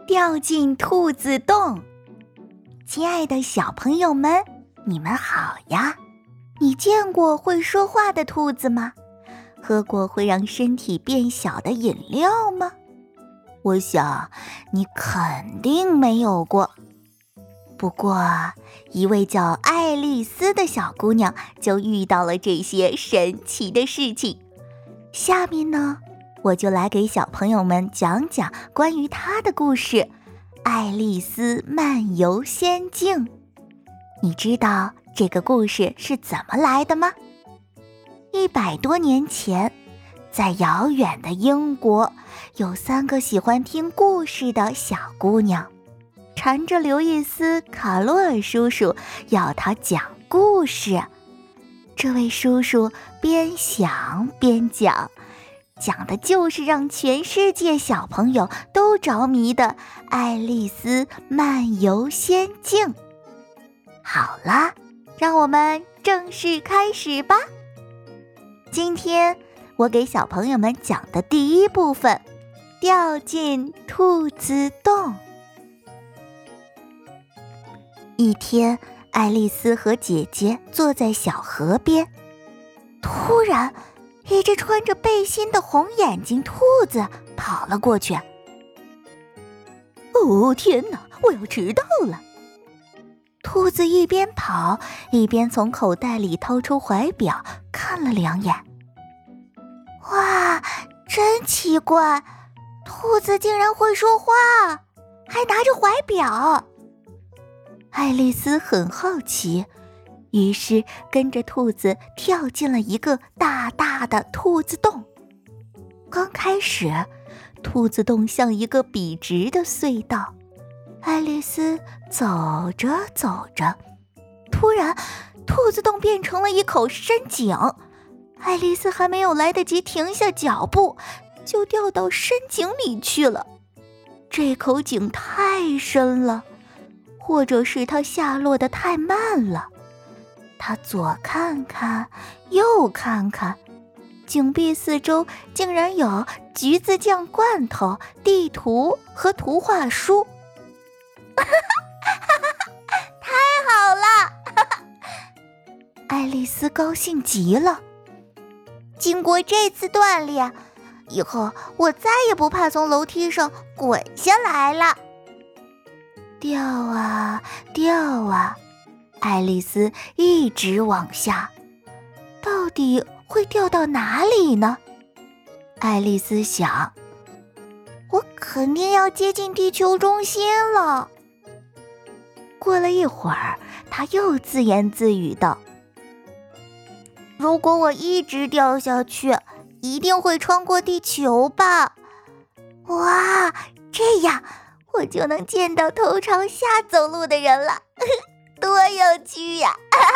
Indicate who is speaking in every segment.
Speaker 1: 掉进兔子洞。亲爱的小朋友们，你们好呀！你见过会说话的兔子吗？喝过会让身体变小的饮料吗？我想你肯定没有过。不过，一位叫爱丽丝的小姑娘就遇到了这些神奇的事情。下面呢，我就来给小朋友们讲讲关于她的故事《爱丽丝漫游仙境》。你知道这个故事是怎么来的吗？100多年前，在遥远的英国，有3个喜欢听故事的小姑娘，缠着刘易斯·卡洛尔叔叔要他讲故事。这位叔叔边想边讲，讲的就是让全世界小朋友都着迷的《爱丽丝漫游仙境》。好啦，让我们正式开始吧。今天我给小朋友们讲的第一部分，掉进兔子洞。一天，爱丽丝和姐姐坐在小河边，突然，一只穿着背心的红眼睛兔子跑了过去。哦，天哪，我要迟到了！兔子一边跑，一边从口袋里掏出怀表，看了2眼。哇，真奇怪，兔子竟然会说话，还拿着怀表。爱丽丝很好奇，于是跟着兔子跳进了一个大大的兔子洞。刚开始，兔子洞像一个笔直的隧道。爱丽丝走着走着，突然，兔子洞变成了一口深井。爱丽丝还没有来得及停下脚步，就掉到深井里去了。这口井太深了，或者是它下落得太慢了。她左看看，右看看，井壁四周竟然有橘子酱罐头、地图和图画书。太好了！爱丽丝高兴极了。经过这次锻炼，以后我再也不怕从楼梯上滚下来了。掉啊掉啊，爱丽丝一直往下，到底会掉到哪里呢？爱丽丝想，我肯定要接近地球中心了。过了一会儿，她又自言自语道，如果我一直掉下去，一定会穿过地球吧。哇，这样我就能见到头朝下走路的人了，多有趣呀！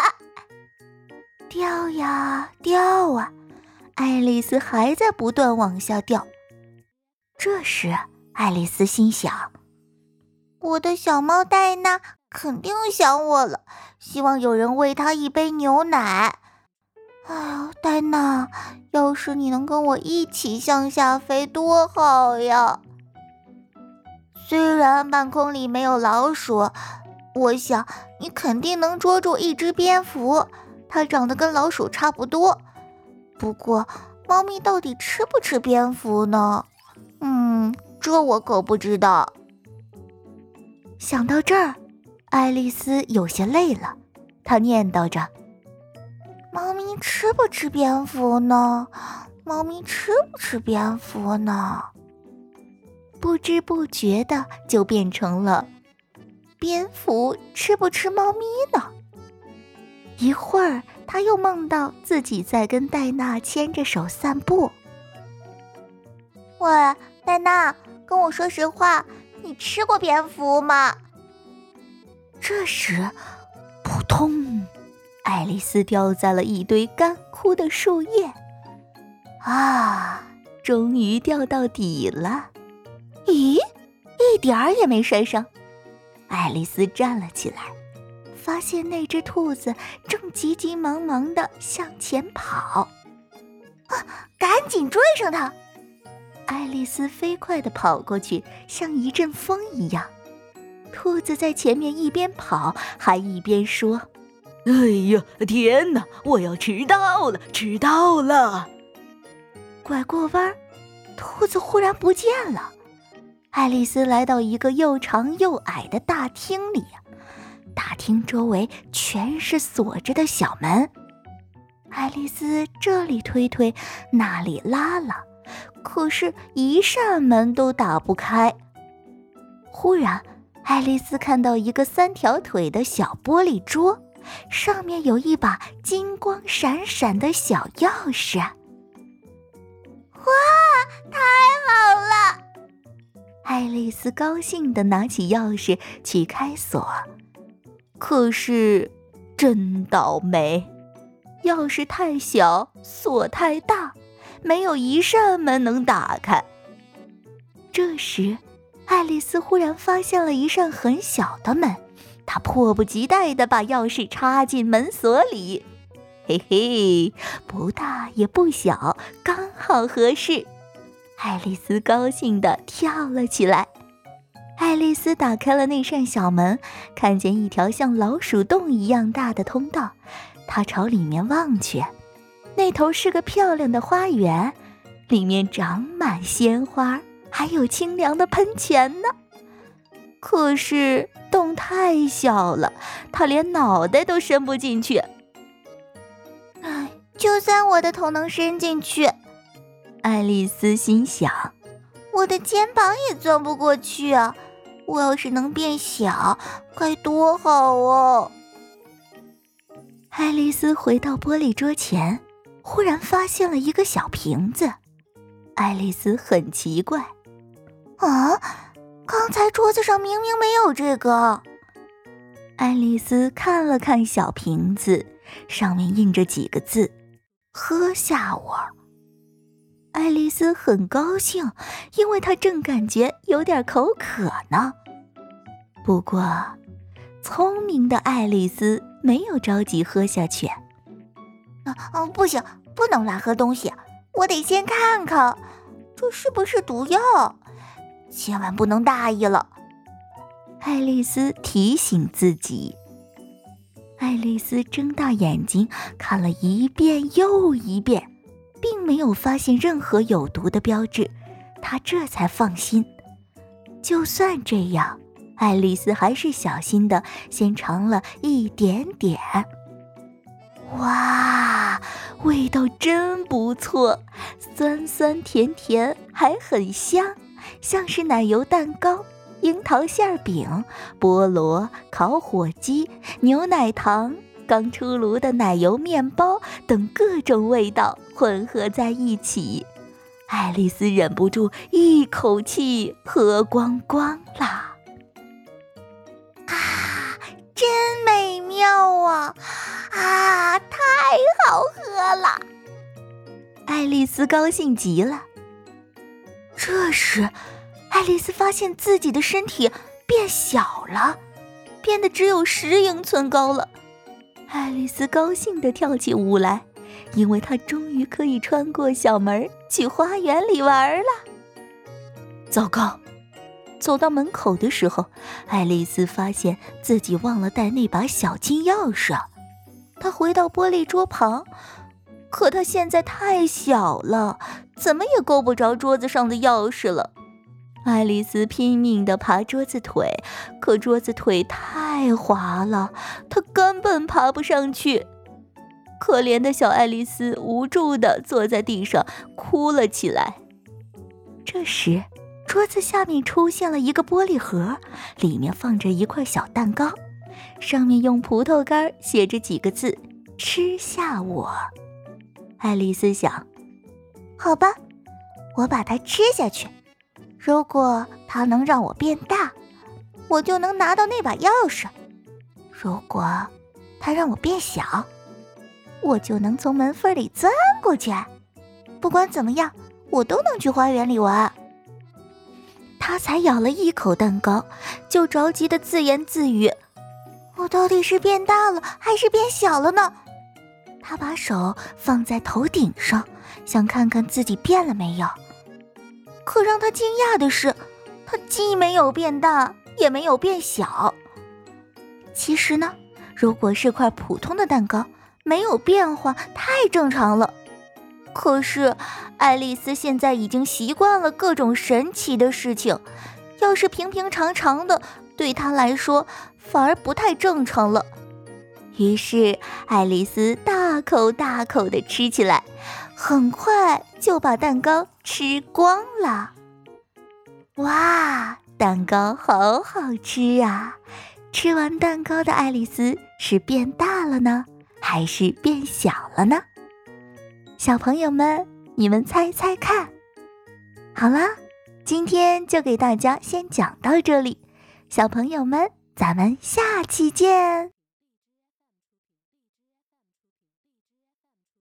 Speaker 1: 掉呀掉啊，爱丽丝还在不断往下掉。这时，爱丽丝心想，我的小猫戴娜肯定想我了，希望有人喂她一杯牛奶。哎呀，戴娜，要是你能跟我一起向下飞多好呀！虽然半空里没有老鼠，我想你肯定能捉住一只蝙蝠，它长得跟老鼠差不多。不过，猫咪到底吃不吃蝙蝠呢？这我可不知道。想到这儿，爱丽丝有些累了，她念叨着，猫咪吃不吃蝙蝠呢？猫咪吃不吃蝙蝠呢？不知不觉的就变成了蝙蝠吃不吃猫咪呢？一会儿，他又梦到自己在跟戴娜牵着手散步。喂，戴娜，跟我说实话，你吃过蝙蝠吗？这时，扑通，爱丽丝掉在了一堆干枯的树叶。啊，终于掉到底了。咦，一点儿也没摔伤。爱丽丝站了起来，发现那只兔子正急急忙忙地向前跑。赶紧追上它！ 爱丽丝飞快地跑过去，像一阵风一样。兔子在前面一边跑，还一边说：“
Speaker 2: 哎呀，天哪，我要迟到了，迟到了！”
Speaker 1: 拐过弯，兔子忽然不见了。爱丽丝来到一个又长又矮的大厅里，大厅周围全是锁着的小门。爱丽丝这里推推，那里拉拉，可是一扇门都打不开。忽然，爱丽丝看到一个3条腿的小玻璃桌，上面有一把金光闪闪的小钥匙。哇，太好了！爱丽丝高兴地拿起钥匙去开锁，可是真倒霉，钥匙太小，锁太大，没有一扇门能打开。这时，爱丽丝忽然发现了一扇很小的门，她迫不及待地把钥匙插进门锁里。嘿嘿，不大也不小，刚好合适。爱丽丝高兴地跳了起来。爱丽丝打开了那扇小门，看见一条像老鼠洞一样大的通道。她朝里面望去，那头是个漂亮的花园，里面长满鲜花，还有清凉的喷泉呢。可是洞太小了，她连脑袋都伸不进去。就算我的头能伸进去，爱丽丝心想，我的肩膀也钻不过去啊！我要是能变小，该多好哦！爱丽丝回到玻璃桌前，忽然发现了一个小瓶子。爱丽丝很奇怪，啊，刚才桌子上明明没有这个。爱丽丝看了看小瓶子，上面印着几个字：喝下我。爱丽丝很高兴，因为她正感觉有点口渴呢。不过，聪明的爱丽丝没有着急喝下去。不行，不能乱喝东西，我得先看看，这是不是毒药？千万不能大意了。爱丽丝提醒自己。爱丽丝睁大眼睛看了一遍又一遍，并没有发现任何有毒的标志，她这才放心。就算这样，爱丽丝还是小心地先尝了一点点。哇，味道真不错，酸酸甜甜，还很香，像是奶油蛋糕、樱桃馅饼、菠萝、烤火鸡、牛奶糖、刚出炉的奶油面包等各种味道混合在一起。爱丽丝忍不住一口气喝光光啦！啊，真美妙啊！啊，太好喝了！爱丽丝高兴极了。这时，爱丽丝发现自己的身体变小了，变得只有10英寸高了。爱丽丝高兴地跳起舞来，因为她终于可以穿过小门去花园里玩了。糟糕！走到门口的时候，爱丽丝发现自己忘了带那把小金钥匙。她回到玻璃桌旁，可她现在太小了，怎么也够不着桌子上的钥匙了。爱丽丝拼命地爬桌子腿，可桌子腿太滑了，她根本爬不上去。可怜的小爱丽丝无助地坐在地上，哭了起来。这时，桌子下面出现了一个玻璃盒，里面放着一块小蛋糕，上面用葡萄干写着几个字：吃下我。爱丽丝想，好吧，我把它吃下去。如果它能让我变大，我就能拿到那把钥匙；如果它让我变小，我就能从门缝里钻过去。不管怎么样，我都能去花园里玩。他才咬了一口蛋糕，就着急地自言自语：我到底是变大了还是变小了呢？他把手放在头顶上，想看看自己变了没有。 可让他惊讶的是，它既没有变大，也没有变小。其实呢，如果是块普通的蛋糕，没有变化太正常了。可是爱丽丝现在已经习惯了各种神奇的事情，要是平平常常的，对她来说反而不太正常了。于是爱丽丝大口大口地吃起来，很快就把蛋糕吃光了。哇，蛋糕好好吃啊！吃完蛋糕的爱丽丝是变大了呢，还是变小了呢？小朋友们，你们猜猜看。好啦，今天就给大家先讲到这里，小朋友们，咱们下期见。